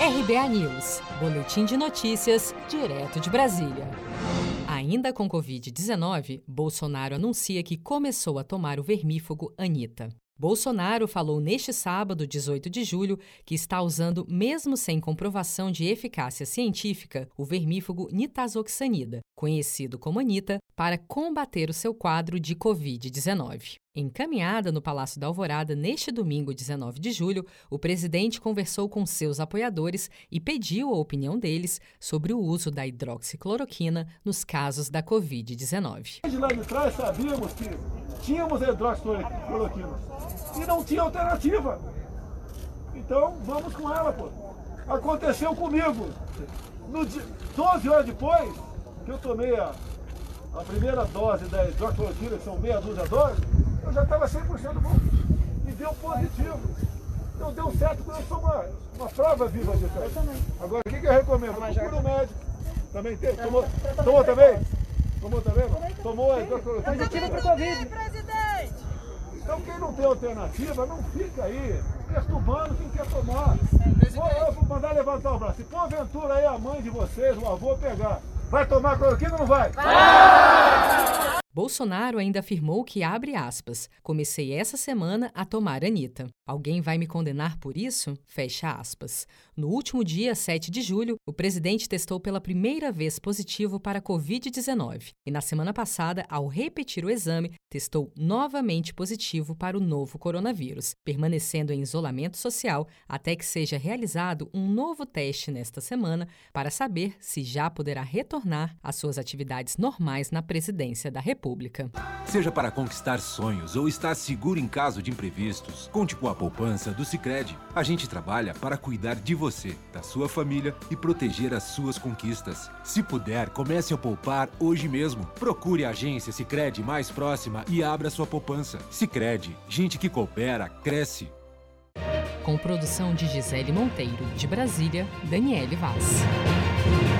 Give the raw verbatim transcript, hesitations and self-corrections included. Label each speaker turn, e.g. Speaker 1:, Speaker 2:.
Speaker 1: R B A News, boletim de notícias, direto de Brasília. Ainda com covid dezenove, Bolsonaro anuncia que começou a tomar o vermífugo Anitta. Bolsonaro falou neste sábado, dezoito de julho, que está usando, mesmo sem comprovação de eficácia científica, o vermífugo nitazoxanida, conhecido como Anitta, para combater o seu quadro de covid dezenove. Encaminhada no Palácio da Alvorada neste domingo, dezenove de julho, o presidente conversou com seus apoiadores e pediu a opinião deles sobre o uso da hidroxicloroquina nos casos da covid dezenove.
Speaker 2: De lá de trás sabíamos que tínhamos a hidroxicloroquina e não tinha alternativa. Então vamos com ela, pô. Aconteceu comigo. No dia, doze horas depois que eu tomei a, a primeira dose da hidroxicloroquina, que são meia dúzia de doses, eu já estava cem por cento bom. E deu positivo. Então deu certo, porque eu sou uma, uma prova viva disso. Agora, o que, que eu recomendo? Procura um médico. Também tem? Tomou, tomou também? Tomou também? Tomou a hidroxicloroquina?
Speaker 3: Positivo para Covid.
Speaker 2: Então quem não tem alternativa, não fica aí perturbando quem quer tomar. Vou, vou mandar levantar o braço. Se porventura aí a mãe de vocês, o avô pegar, vai tomar cloroquina ou não vai?
Speaker 1: Vai! Bolsonaro ainda afirmou que, abre aspas, comecei essa semana a tomar Anitta. Alguém vai me condenar por isso? Fecha aspas. No último dia, sete de julho, o presidente testou pela primeira vez positivo para covid dezenove e, na semana passada, ao repetir o exame, testou novamente positivo para o novo coronavírus, permanecendo em isolamento social até que seja realizado um novo teste nesta semana para saber se já poderá retornar às suas atividades normais na presidência da República. Pública.
Speaker 4: Seja para conquistar sonhos ou estar seguro em caso de imprevistos, conte com a poupança do Sicredi. A gente trabalha para cuidar de você, da sua família e proteger as suas conquistas. Se puder, comece a poupar hoje mesmo. Procure a agência Sicredi mais próxima e abra sua poupança. Sicredi, gente que coopera, cresce.
Speaker 1: Com produção de Gisele Monteiro, de Brasília, Daniele Vaz.